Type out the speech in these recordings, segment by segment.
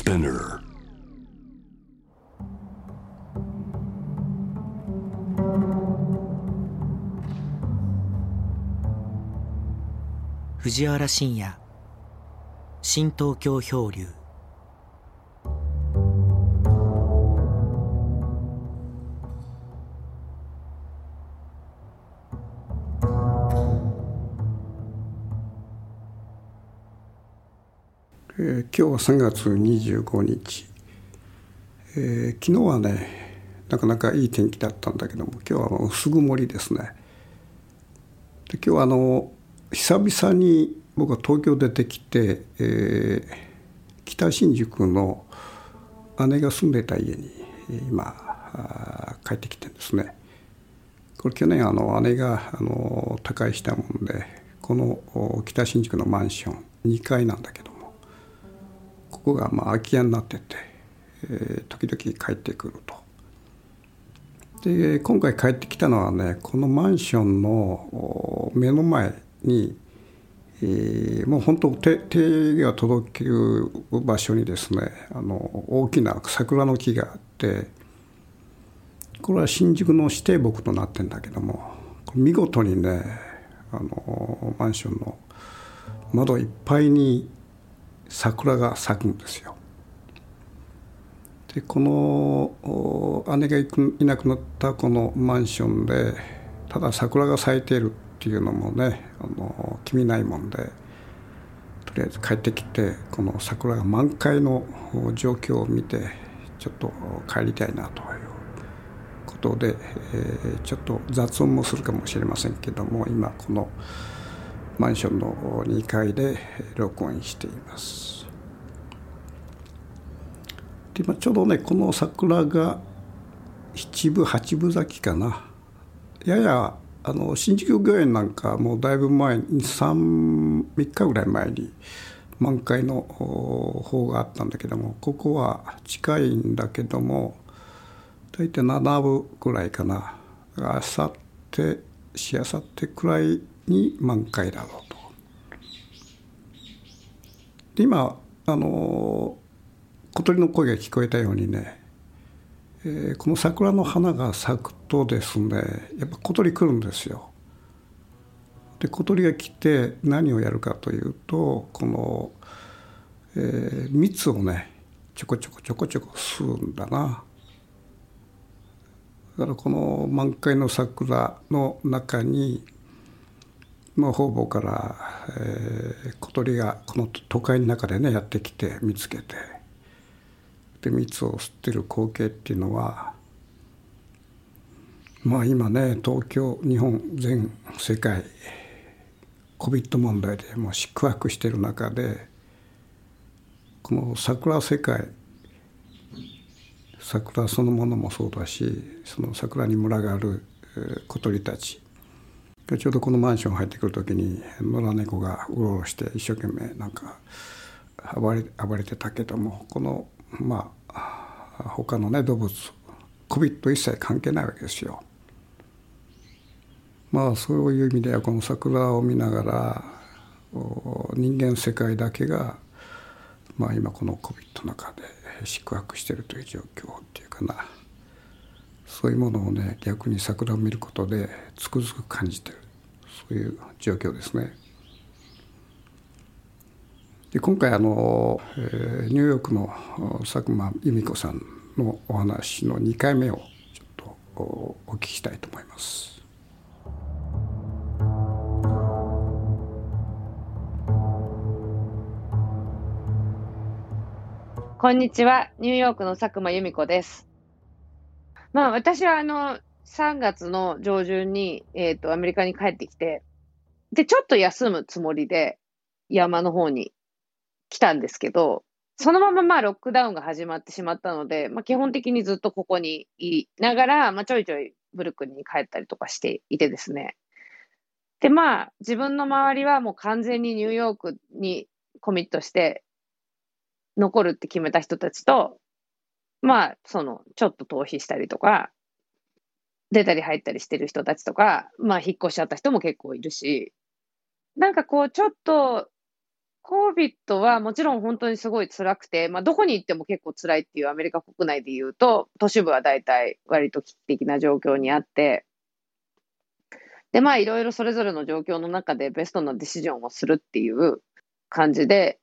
Spinner. 藤原信也、新東京漂流。 今日は3月25日、昨日はねなかなかいい天気だったんだけども、今日はもう薄曇りですね。で今日は久々に僕は東京出てきて、北新宿の姉が住んでいた家に今帰ってきてるんですね。これ去年姉が他界したもんで、この北新宿のマンション2階なんだけども、ここが空き家になってて、時々帰ってくると。で今回帰ってきたのはね、このマンションの目の前に、もう本当手が届ける場所にですね、大きな桜の木があって、これは新宿の指定木となってるんだけども、見事にねマンションの窓いっぱいに桜が咲くんですよ。でこの姉がいなくなったこのマンションでただ桜が咲いているっていうのもね気味ないもんで、とりあえず帰ってきてこの桜が満開の状況を見てちょっと帰りたいなということで、ちょっと雑音もするかもしれませんけども、今このマンションの2階で録音しています。で今ちょうどねこの桜が7分8分咲きかな。やや新宿御苑なんかもうだいぶ前に3日ぐらい前に満開の方があったんだけども、ここは近いんだけども大体7分ぐらいかな。あさってしあさってくらいに満開だろうと。で今小鳥の声が聞こえたようにね、この桜の花が咲くとですね、やっぱ小鳥来るんですよ。で小鳥が来て何をやるかというと、この、蜜をねちょこちょこ吸うんだな。だからこの満開の桜の中に方々から、小鳥がこの都会の中でねやってきて見つけて、で蜜を吸ってる光景っていうのは、今ね東京日本全世界 COVID 問題でもう四苦八苦してる中で、この桜世界、桜そのものもそうだし、その桜に群がる小鳥たち、ちょうどこのマンション入ってくる時に野良猫がうろうろして一生懸命なんか暴れてたけども、この他のね動物 COVID 一切関係ないわけですよ。そういう意味ではこの桜を見ながら人間世界だけが今この COVID の中で四苦八苦しているという状況っていうかな、そういうものをね逆に桜を見ることでつくづく感じている、そういう状況ですね。で今回ニューヨークの佐久間由美子さんのお話の2回目をちょっとお聞きしたいと思います。 こんにちは、ニューヨークの佐久間由美子です。私は3月の上旬に、アメリカに帰ってきて、で、ちょっと休むつもりで山の方に来たんですけど、そのままロックダウンが始まってしまったので、基本的にずっとここにいながら、ちょいちょいブルックリンに帰ったりとかしていてですね。で、自分の周りはもう完全にニューヨークにコミットして残るって決めた人たちと、ちょっと逃避したりとか、出たり入ったりしてる人たちとか、引っ越しちゃった人も結構いるし、ちょっと COVID はもちろん本当にすごい辛くて、どこに行っても結構辛いっていうアメリカ国内で言うと、都市部は大体割と危機的な状況にあって、で、いろいろそれぞれの状況の中でベストなディシジョンをするっていう感じで、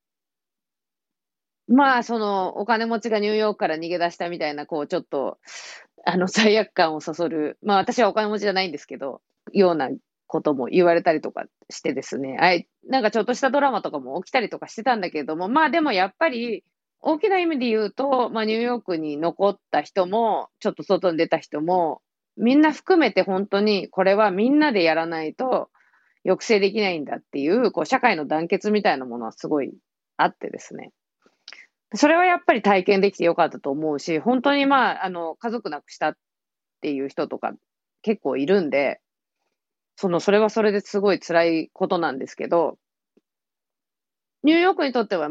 そのお金持ちがニューヨークから逃げ出したみたいな、ちょっと、罪悪感をそそる、私はお金持ちじゃないんですけど、ようなことも言われたりとかしてですね、なんかちょっとしたドラマとかも起きたりとかしてたんだけれども、でもやっぱり、大きな意味で言うと、ニューヨークに残った人も、ちょっと外に出た人も、みんな含めて本当にこれはみんなでやらないと抑制できないんだっていう、社会の団結みたいなものはすごいあってですね。それはやっぱり体験できてよかったと思うし、本当に家族亡くしたっていう人とか結構いるんで、それはそれですごい辛いことなんですけど、ニューヨークにとっては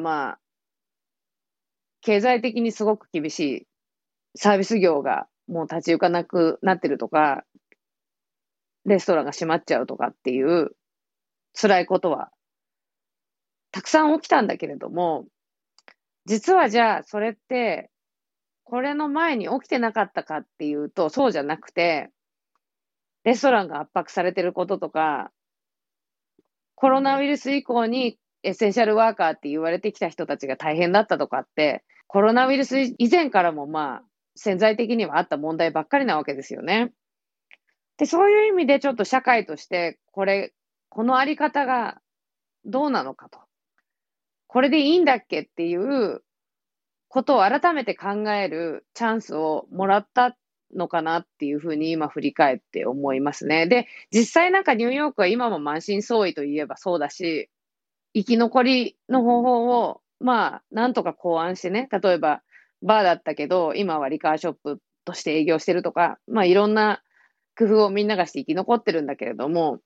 経済的にすごく厳しいサービス業がもう立ち行かなくなってるとか、レストランが閉まっちゃうとかっていう辛いことはたくさん起きたんだけれども、実はじゃあそれってこれの前に起きてなかったかっていうとそうじゃなくて、レストランが圧迫されてることとか、コロナウイルス以降にエッセンシャルワーカーって言われてきた人たちが大変だったとかって、コロナウイルス以前からも潜在的にはあった問題ばっかりなわけですよね。で、そういう意味でちょっと社会として、このあり方がどうなのかと。これでいいんだっけっていうことを改めて考えるチャンスをもらったのかなっていうふうに今振り返って思いますね。で、実際なんかニューヨークは今も満身創痍といえばそうだし、生き残りの方法を、なんとか考案してね、例えばバーだったけど、今はリカーショップとして営業してるとか、いろんな工夫をみんながして生き残ってるんだけれども、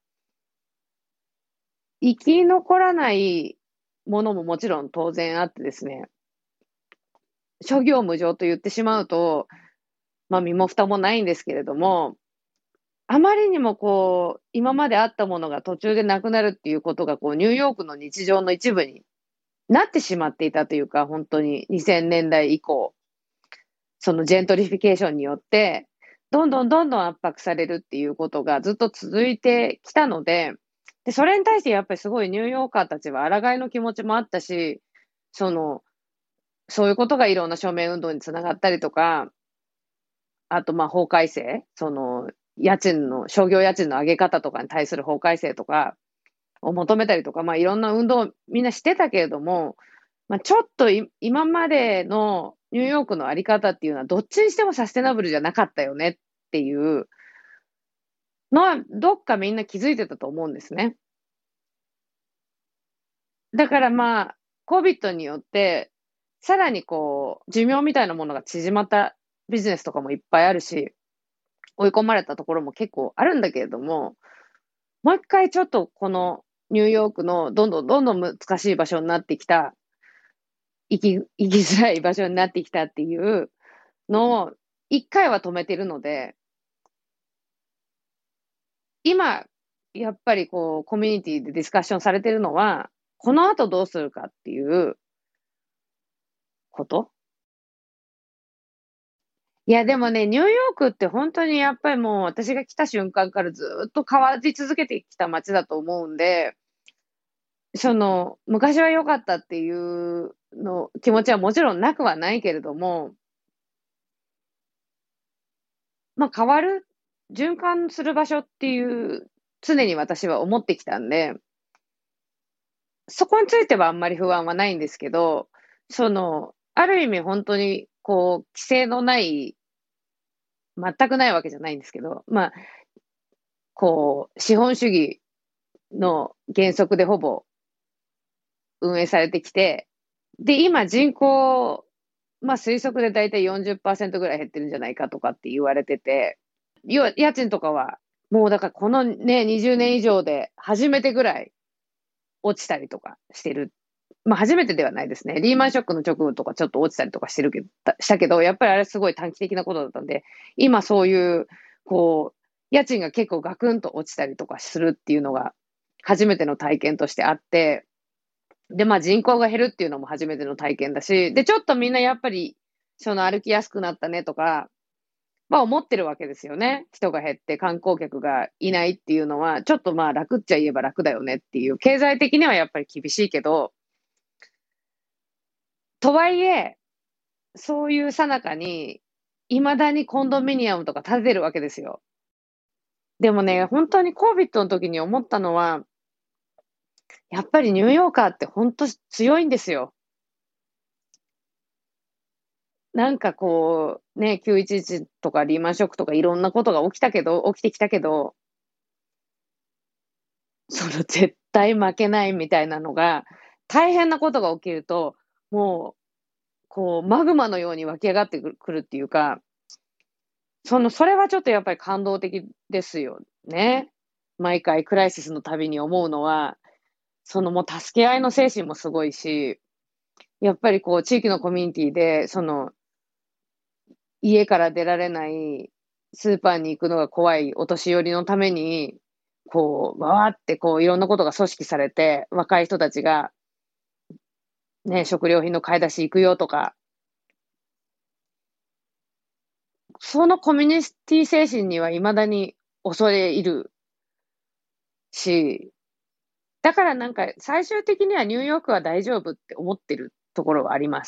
生き残らないものももちろん当然あってですね、諸行無常と言ってしまうと、身も蓋もないんですけれども、あまりにも今まであったものが途中でなくなるっていうことが、ニューヨークの日常の一部になってしまっていたというか、本当に2000年代以降、そのジェントリフィケーションによって、どんどんどんどん圧迫されるっていうことがずっと続いてきたので、それに対してやっぱりすごいニューヨーカーたちは抗いの気持ちもあったし、そういうことがいろんな署名運動につながったりとか、あと法改正、商業家賃の上げ方とかに対する法改正とかを求めたりとか、いろんな運動をみんなしてたけれども、ちょっと今までのニューヨークのあり方っていうのはどっちにしてもサステナブルじゃなかったよねっていうのはどっかみんな気づいてたと思うんですね。だからCOVID によってさらに寿命みたいなものが縮まったビジネスとかもいっぱいあるし、追い込まれたところも結構あるんだけれども、もう一回ちょっとこのニューヨークのどんどんどんどん難しい場所になってきた、生きづらい場所になってきたっていうのを一回は止めてるので、今、やっぱりコミュニティでディスカッションされてるのは、この後どうするかっていうこと。いや、でもね、ニューヨークって本当にやっぱりもう私が来た瞬間からずっと変わり続けてきた街だと思うんで、昔は良かったっていう気持ちはもちろんなくはないけれども、変わる、循環する場所っていう常に私は思ってきたんで、そこについてはあんまり不安はないんですけど、ある意味本当に規制のない、全くないわけじゃないんですけど、資本主義の原則でほぼ運営されてきて、で、今人口、推測でだいたい40%ぐらい減ってるんじゃないかとかって言われてて、要は家賃とかは、もうだからこのね、20年以上で初めてぐらい落ちたりとかしてる。初めてではないですね。リーマンショックの直後とかちょっと落ちたりとかしたけど、やっぱりあれすごい短期的なことだったんで、今そういう、家賃が結構ガクンと落ちたりとかするっていうのが初めての体験としてあって、 で、まあ人口が減るっていうのも初めての体験だし、で、ちょっとみんなやっぱり、その歩きやすくなったねとか、まあ思ってるわけですよね。人が減って観光客がいないっていうのは、ちょっとまあ楽っちゃ言えば楽だよねっていう、経済的にはやっぱり厳しいけど、とはいえ、そういう最中に、未だにコンドミニアムとか建ててるわけですよ。でもね、本当にコービットの時に思ったのは、やっぱりニューヨーカーって本当強いんですよ。なんかこう、ね、911とかリーマンショックとかいろんなことが起きてきたけど、その絶対負けないみたいなのが、大変なことが起きると、もう、こうマグマのように湧き上がってくるっていうか、それはちょっとやっぱり感動的ですよね。毎回クライシスのたびに思うのは、もう助け合いの精神もすごいし、やっぱりこう地域のコミュニティで、家から出られない、スーパーに行くのが怖いお年寄りのために、こう、わーってこういろんなことが組織されて、若い人たちが、ね、食料品の買い出し行くよとか、そのコミュニティ精神には未だに恐れ入るし、だからなんか最終的にはニューヨークは大丈夫って思ってるところはあります。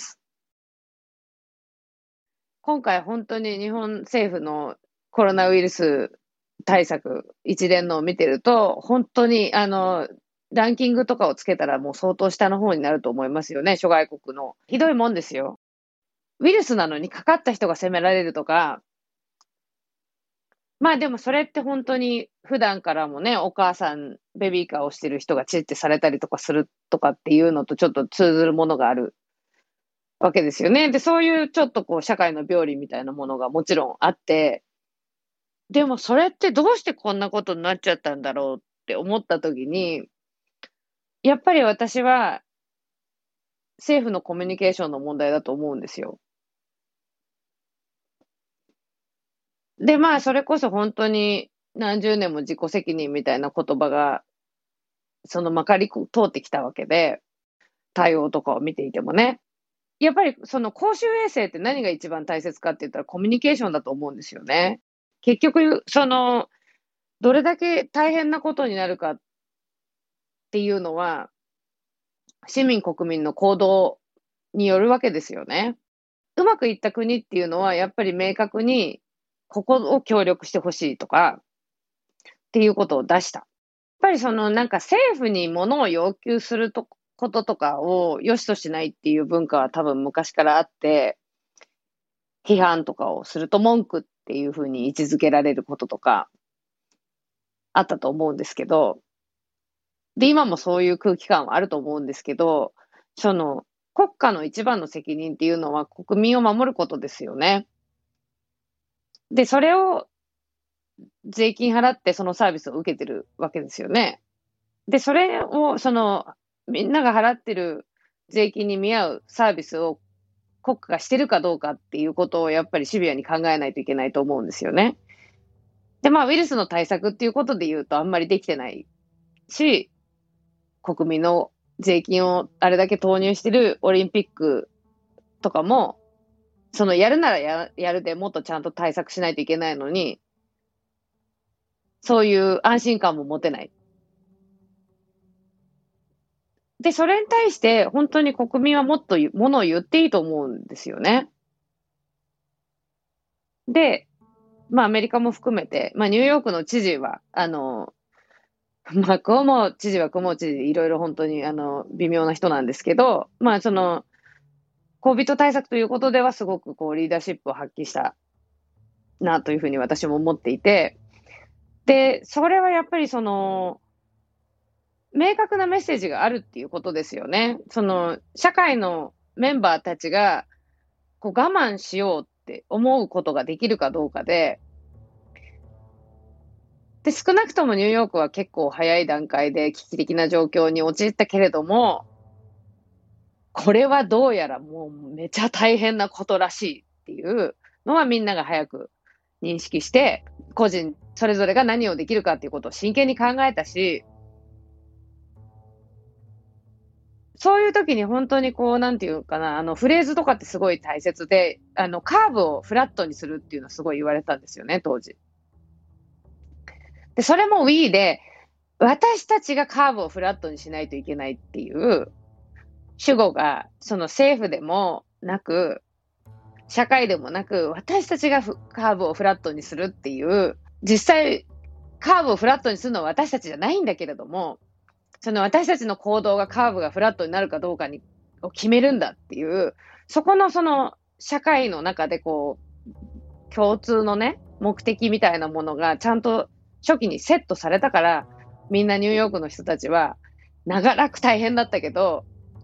今回本当に日本政府のコロナウイルス対策一連のを見てると、本当にランキングとかをつけたらもう相当下の方になると思いますよね、諸外国の。ひどいもんですよ。ウイルスなのにかかった人が責められるとか、まあでもそれって本当に普段からもね、お母さん、ベビーカーをしてる人がチッてされたりとかするとかっていうのとちょっと通ずるものがあるわけですよね。で、そういうちょっとこう社会の病理みたいなものがもちろんあって、でもそれってどうしてこんなことになっちゃったんだろうって思った時に、やっぱり私は政府のコミュニケーションの問題だと思うんですよ。で、まあそれこそ本当に何十年も自己責任みたいな言葉がまかり通ってきたわけで、対応とかを見ていてもね。やっぱり公衆衛生って何が一番大切かって言ったらコミュニケーションだと思うんですよね。結局、どれだけ大変なことになるかっていうのは、市民国民の行動によるわけですよね。うまくいった国っていうのは、やっぱり明確に、ここを協力してほしいとかっていうことを出した。やっぱりなんか政府に物を要求することとかを良しとしないっていう文化は多分昔からあって、批判とかをすると文句っていう風に位置づけられることとかあったと思うんですけど、で、今もそういう空気感はあると思うんですけど、国家の一番の責任っていうのは国民を守ることですよね。で、それを税金払ってそのサービスを受けてるわけですよね。で、それをみんなが払ってる税金に見合うサービスを国家がしてるかどうかっていうことをやっぱりシビアに考えないといけないと思うんですよね。で、まあ、ウイルスの対策っていうことで言うとあんまりできてないし、国民の税金をあれだけ投入してるオリンピックとかも、やるならやるでもっとちゃんと対策しないといけないのに、そういう安心感も持てない。で、それに対して本当に国民はもっとものを言っていいと思うんですよね。で、まあアメリカも含めて、まあニューヨークの知事は、まあ、クオモ知事はクオモ知事でいろいろ本当に微妙な人なんですけど、まあCOVID 対策ということではすごくこうリーダーシップを発揮したなというふうに私も思っていて、で、それはやっぱり明確なメッセージがあるっていうことですよね。社会のメンバーたちがこう我慢しようって思うことができるかどうかで、で、少なくともニューヨークは結構早い段階で危機的な状況に陥ったけれども、これはどうやらもうめちゃ大変なことらしいっていうのはみんなが早く認識して、個人それぞれが何をできるかっていうことを真剣に考えたし、 そういう時に本当にこう、なんていうかな、フレーズとかってすごい大切で、カーブをフラットにするっていうのはすごい言われたんですよね、当時。で、それも We で、私たちがカーブをフラットにしないといけないっていう主語が、その政府でもなく、社会でもなく、私たちがカーブをフラットにするっていう、実際、カーブをフラットにするのは私たちじゃないんだけれども、その私たちの行動がカーブがフラットになるかどうかを決めるんだっていう、そこのその社会の中でこう、共通のね、目的みたいなものがちゃんと初期にセットされたから、みんなニューヨークの人たちは、長らく大変だったけど、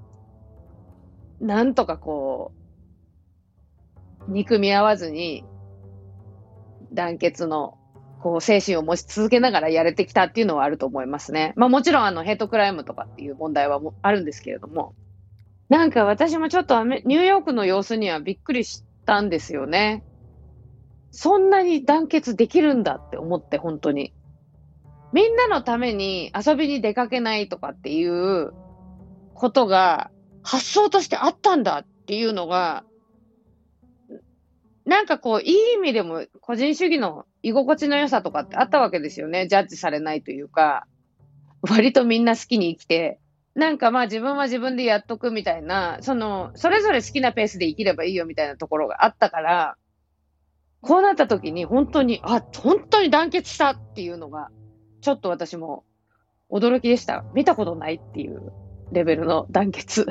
なんとかこう、憎み合わずに、団結の、こう、精神を持ち続けながらやれてきたっていうのはあると思いますね。まあもちろんヘイトクライムとかっていう問題はあるんですけれども、なんか私もちょっとニューヨークの様子にはびっくりしたんですよね。そんなに団結できるんだって思って、本当に。みんなのために遊びに出かけないとかっていうことが発想としてあったんだっていうのが、なんかこう、いい意味でも個人主義の居心地の良さとかってあったわけですよね。ジャッジされないというか、割とみんな好きに生きて、なんかまあ自分は自分でやっとくみたいな、それぞれ好きなペースで生きればいいよみたいなところがあったから、こうなった時に本当に団結したっていうのが、ちょっと私も驚きでした。見たことないっていうレベルの団結。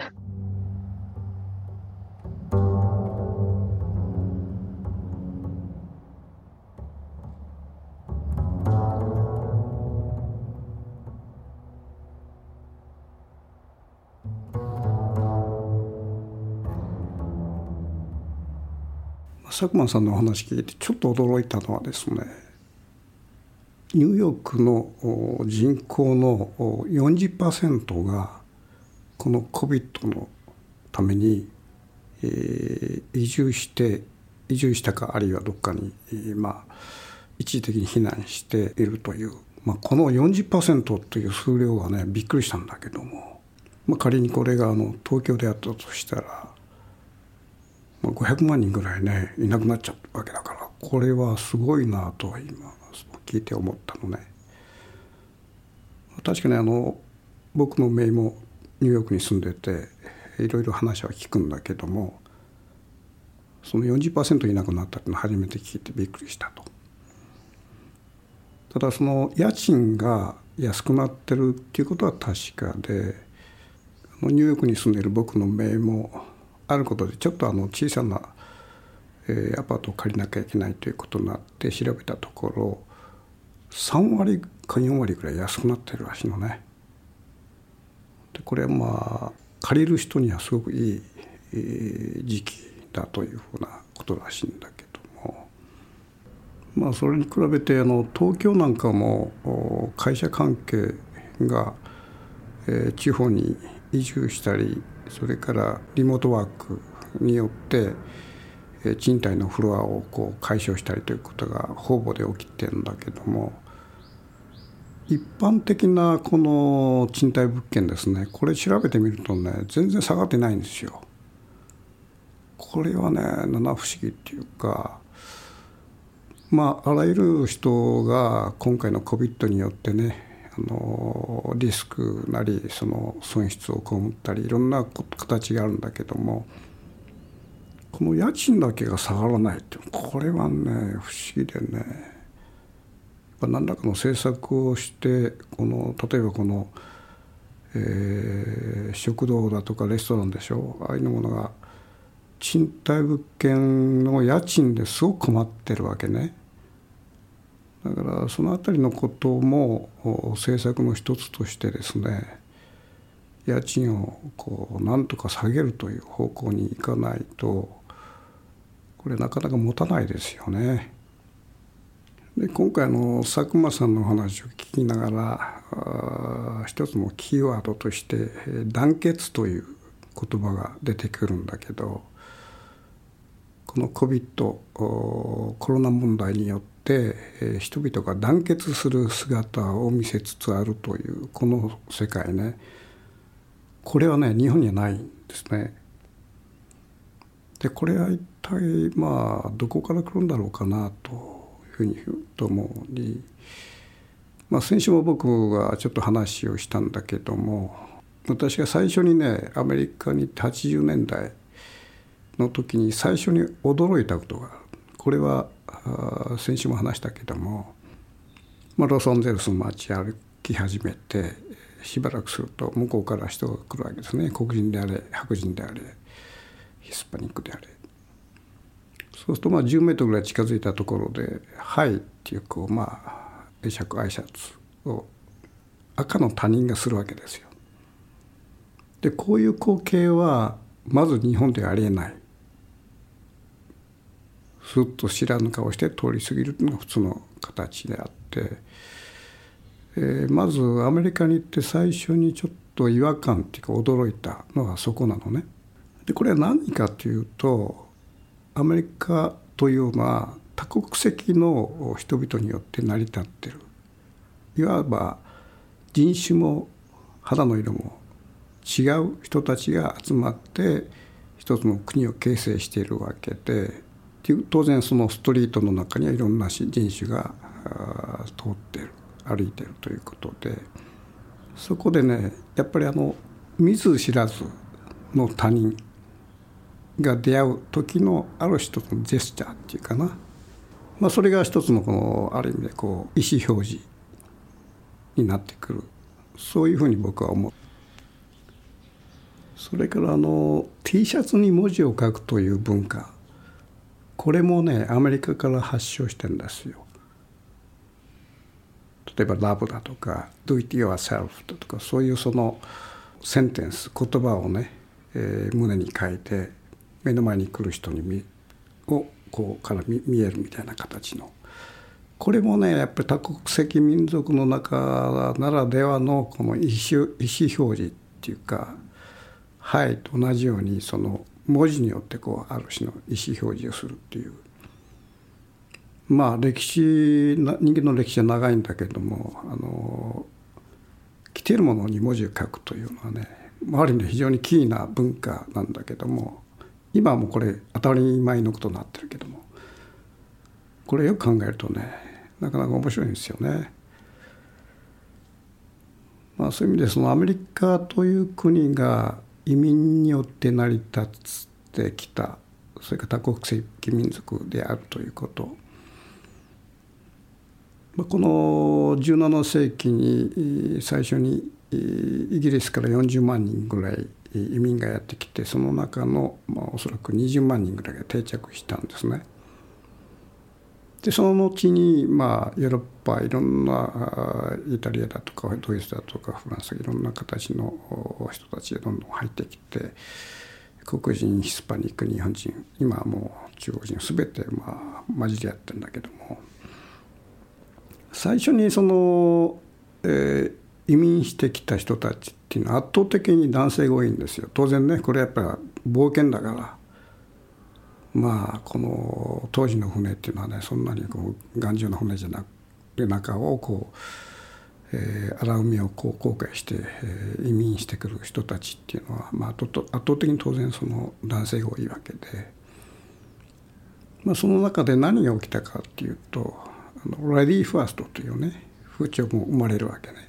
佐久間さんのお話聞いてちょっと驚いたのはですね、ニューヨークの人口の 40% がこの COVID のために移住したか、あるいはどっかに一時的に避難しているという、この 40% という数量はね、びっくりしたんだけども、仮にこれが東京であったとしたら500万人ぐらいね、いなくなっちゃったわけだから、これはすごいなと今聞いて思ったのね。確かに僕の姪もニューヨークに住んでていろいろ話は聞くんだけども、その 40% いなくなったっていうのを初めて聞いてびっくりしたと。ただその家賃が安くなってるっていうことは確かで、ニューヨークに住んでいる僕の姪もあることでちょっと小さな、アパートを借りなきゃいけないということになって調べたところ、3割か4割ぐらい安くなってるらしいのね。でこれは借りる人にはすごくいい、時期だというふうなことらしいんだけども、それに比べて東京なんかも会社関係が、地方に移住したり、それからリモートワークによって賃貸のフロアを解消したりということが方々で起きてるんだけども、一般的なこの賃貸物件ですね、これ調べてみるとね、全然下がってないんですよ。これはね、七不思議っていうか、あらゆる人が今回の COVID によってね、リスクなりその損失を被ったりいろんな形があるんだけども、この家賃だけが下がらないって、これはね不思議でね、何らかの政策をして例えばこの、食堂だとかレストランでしょ、ああいうものが賃貸物件の家賃ですごく困ってるわけね。だからそのあたりのことも政策の一つとしてですね、家賃をなんとか下げるという方向にいかないと、これなかなか持たないですよね。で今回佐久間さんの話を聞きながら、一つのキーワードとして団結という言葉が出てくるんだけど、この COVID コロナ問題によって人々が団結する姿を見せつつあるというこの世界ね、 これはね日本にはないんですね。でこれは一体どこから来るんだろうかなというふうに思うに、先週も僕がちょっと話をしたんだけども、私が最初にねアメリカに行って80年代の時に最初に驚いたことが、これは先週も話したけども、ロサンゼルスの街歩き始めてしばらくすると向こうから人が来るわけですね。黒人であれ白人であれヒスパニックであれ。そうすると10メートルぐらい近づいたところで「はい」っていう会釈挨拶を赤の他人がするわけですよ。でこういう光景はまず日本ではありえない。すっと知らぬ顔して通り過ぎるのが普通の形であって、まずアメリカに行って最初にちょっと違和感っていうか驚いたのはそこなのね。でこれは何かというと、アメリカというのは多国籍の人々によって成り立っている。いわば人種も肌の色も違う人たちが集まって一つの国を形成しているわけで、当然そのストリートの中にはいろんな人種が通っている、歩いているということで、そこでねやっぱり見ず知らずの他人が出会う時のある一つのジェスチャーっていうかな、それが一つのある意味で意思表示になってくる、そういうふうに僕は思う。それからT シャツに文字を書くという文化、これもねアメリカから発祥してるんですよ。例えばラブだとか Do it yourself だとか、そういうそのセンテンス言葉をね、胸に書いて目の前に来る人にから見えるみたいな形の、これもねやっぱり多国籍民族の中ならではのこの意思表示っていうか、はいと同じようにその文字によってある種の意思表示をするっていう、人間の歴史は長いんだけれども、着ているものに文字を書くというのはね、ある意味で非常にキーな文化なんだけども、今はもうこれ当たり前のことになってるけども、これよく考えるとねなかなか面白いんですよね。そういう意味でそのアメリカという国が移民によって成り立ってきた、それから多国籍民族であるということ、この17世紀に最初にイギリスから40万人ぐらい移民がやってきて、その中のおそらく20万人ぐらいが定着したんですね。でその後にヨーロッパいろんなイタリアだとかドイツだとかフランス、いろんな形の人たちがどんどん入ってきて、黒人、ヒスパニック、日本人、今はもう中国人全て混じり合ってるんだけども、最初にその、移民してきた人たちっていうのは圧倒的に男性が多いんですよ。当然ねこれやっぱり冒険だから、この当時の船っていうのはねそんなに頑丈な船じゃなくて、中を荒海を航海して、移民してくる人たちっていうのは、圧倒的に当然その男性が多いわけで、その中で何が起きたかっていうと、レディーファーストというね風潮も生まれるわけね。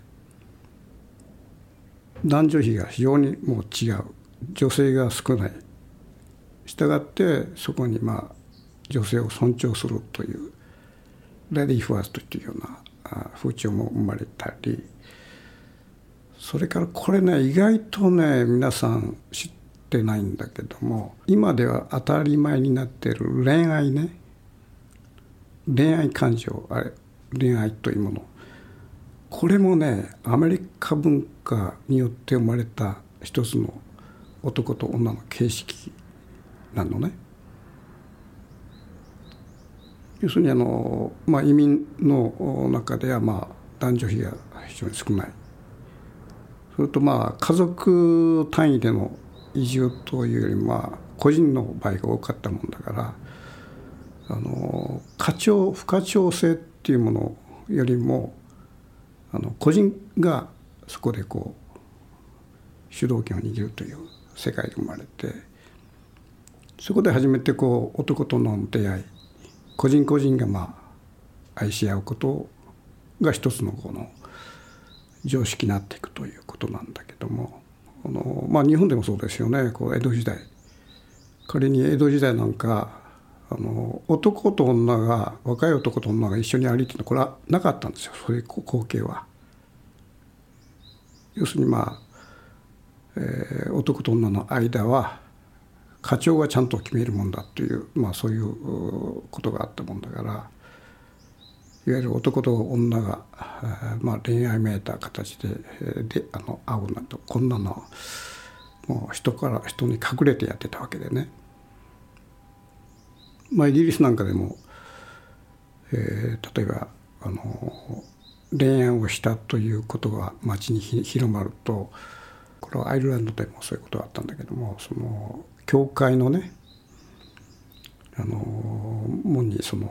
男女比が非常にもう違う、女性が少ない、したがってそこに女性を尊重するというレディーファーストというような風潮も生まれたり、それからこれね意外とね皆さん知ってないんだけども、今では当たり前になっている恋愛ね、恋愛感情、恋愛というもの、これもねアメリカ文化によって生まれた一つの男と女の形式なのね。要するに移民の中では男女比が非常に少ない。それと家族単位での移住というより個人の場合が多かったもんだから、不可調性っていうものよりも個人がそこで一主導権を握るという世界が生まれて、そこで初めてこう男との出会い、個人個人が愛し合うことが一つのこの常識になっていくということなんだけども、日本でもそうですよね。こう江戸時代、仮に江戸時代なんか男と女が、若い男と女が一緒に歩いてるの、これはなかったんですよ、そういう光景は。要するに男と女の間は課長がちゃんと決めるもんだという、そういうことがあったもんだから、いわゆる男と女が、恋愛めいた形で会うなんて、こんなのもう人に隠れてやってたわけでね。イギリスなんかでも、例えば恋愛をしたということが街に広まると、これはアイルランドでもそういうことがあったんだけども、その教会のね門にその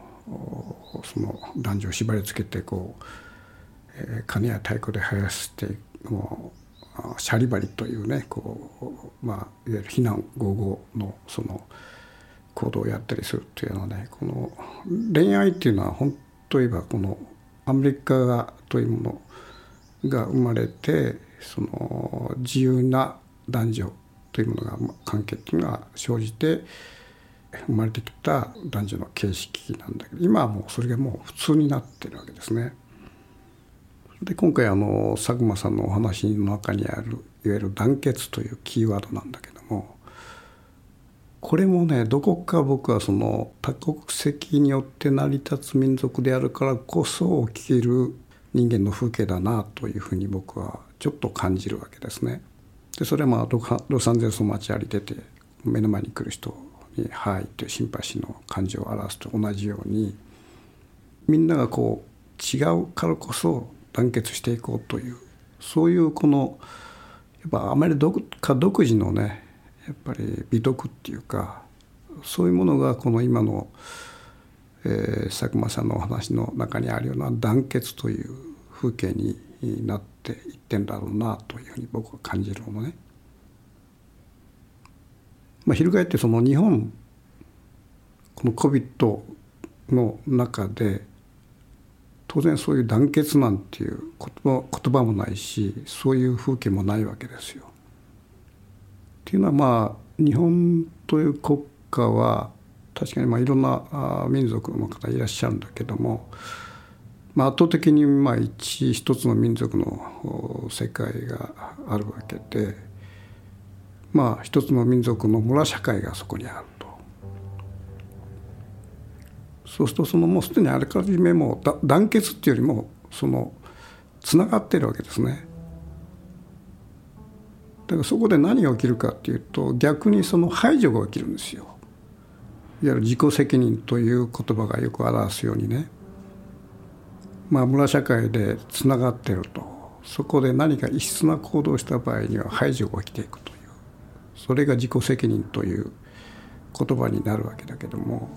男女を縛り付けて鐘や太鼓で生やしてシャリバリというねいわゆる非難合々のその行動をやったりするっていうのはね、この恋愛っていうのは本当言えばこのアメリカというものが生まれて、その自由な男女というものが関係っていうのが生じて生まれてきた男女の形式なんだけど、今はもうそれがもう普通になってるわけですね。で今回佐久間さんのお話の中にあるいわゆる団結というキーワードなんだけども、これもねどこか僕はその多国籍によって成り立つ民族であるからこそ起きる人間の風景だなというふうに僕はちょっと感じるわけですね。でそれはロサンゼルスの街歩いてて目の前に来る人に「はい」というシンパシーの感情を表すと同じように、みんながこう違うからこそ団結していこうという、そういうこのやっぱあまり独自のねやっぱり美徳っていうか、そういうものがこの今の、佐久間さんのお話の中にあるような団結という風景になっていってんだろうなというふうに僕は感じるのね。翻ってその日本この COVID の中で当然そういう団結なんていう言葉もないし、そういう風景もないわけですよ。っていうのは日本という国家は確かにいろんな民族の方いらっしゃるんだけども、圧倒的に一つの民族の世界があるわけで、一つの民族の村社会がそこにあると。そうするともうすでにあらかじめもう団結っていうよりもつながっているわけですね。だからそこで何が起きるかっていうと、逆にその排除が起きるんですよ。いわゆる自己責任という言葉がよく表すようにね、村社会でつながっていると、そこで何か異質な行動をした場合には排除が起きていくという、それが自己責任という言葉になるわけだけども、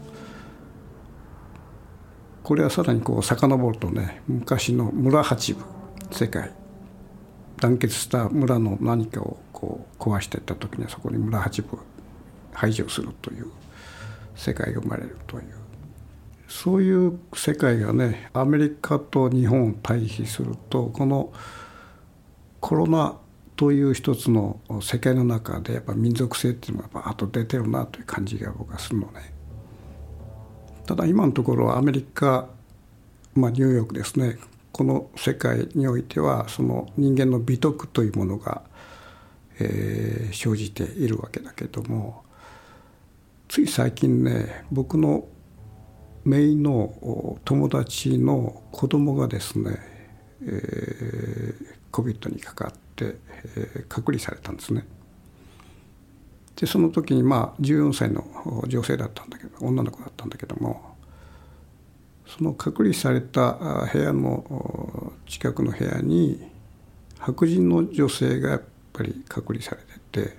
これはさらに遡るとね、昔の村八部世界、団結した村の何かを壊していった時にはそこに村八部排除するという世界が生まれるという、そういう世界がねアメリカと日本を対比すると、このコロナという一つの世界の中でやっぱ民族性っていうのがバーッと出てるなという感じが僕はするのね。ただ今のところアメリカ、ニューヨークですね、この世界においてはその人間の美徳というものが、生じているわけだけども、つい最近ね、僕の姪の友達の子供がですね、COVID にかかって、隔離されたんですね。でその時に14歳の女性だったんだけど、女の子だったんだけども、その隔離された部屋の近くの部屋に白人の女性がやっぱり隔離されてて、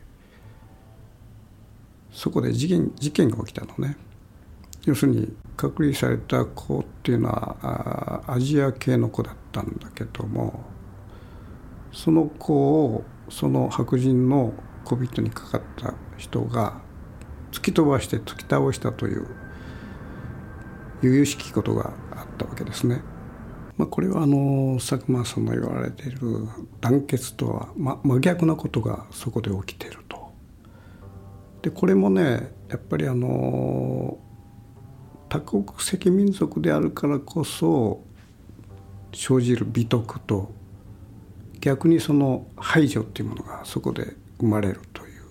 そこで事件が起きたのね。要するに隔離された子っていうのはアジア系の子だったんだけども、その子をその白人の COVID にかかった人が突き飛ばして突き倒したという由々しきことがあったわけですね。これは佐久間さんの言われている団結とは真逆なことがそこで起きていると。でこれもねやっぱり多国籍民族であるからこそ生じる美徳と逆にその排除っていうものがそこで生まれるという、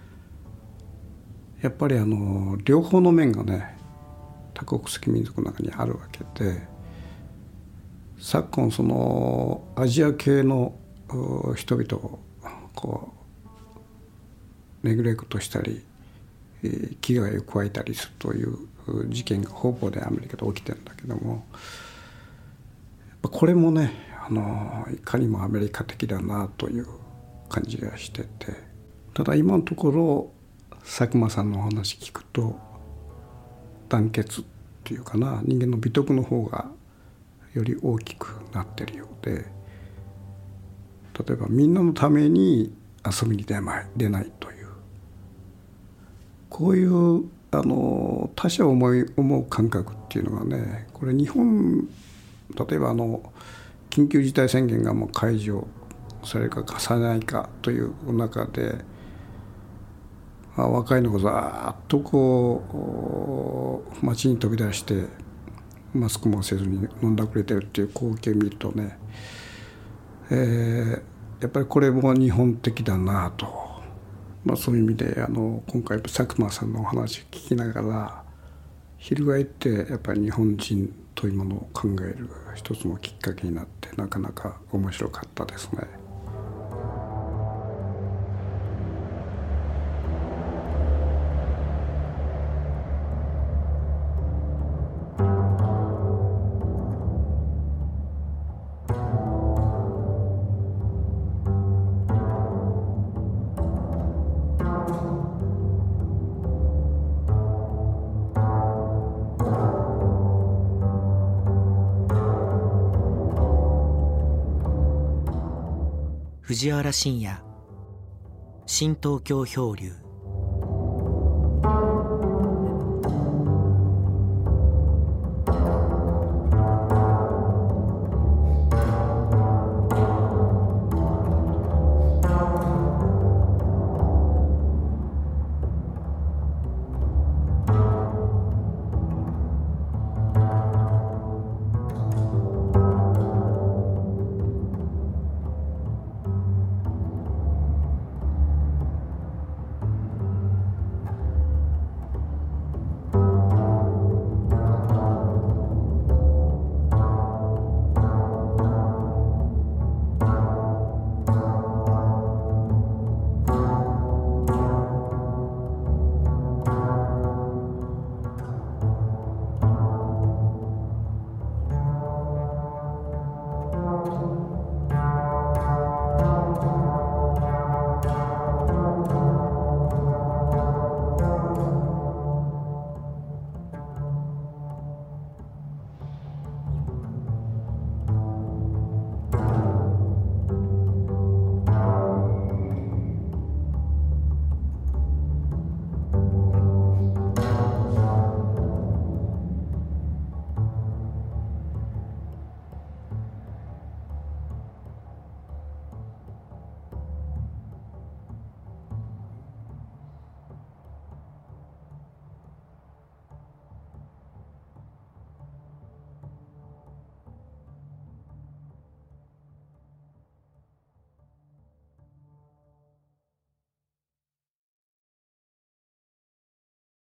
やっぱり両方の面がね多国籍民族の中にあるわけで、昨今そのアジア系の人々をこうネグレクトしたり危害を加えたりするという事件が方々でアメリカで起きてるんだけども、これもねいかにもアメリカ的だなという感じがしてて、ただ今のところ佐久間さんのお話聞くと団結っていうかな、人間の美徳の方がより大きくなってるようで、例えばみんなのために遊びに出ないという、こういう他者を思う感覚っていうのがね、これ日本例えば緊急事態宣言がもう解除されるかされないかという中で、若いのがざーっとこう街に飛び出してマスクもせずに飲んだくれてるっていう光景を見るとね、やっぱりこれも日本的だなと、そういう意味で今回佐久間さんのお話聞きながら翻ってやっぱり日本人というものを考える一つのきっかけになってなかなか面白かったですね。 藤原信也、新東京漂流。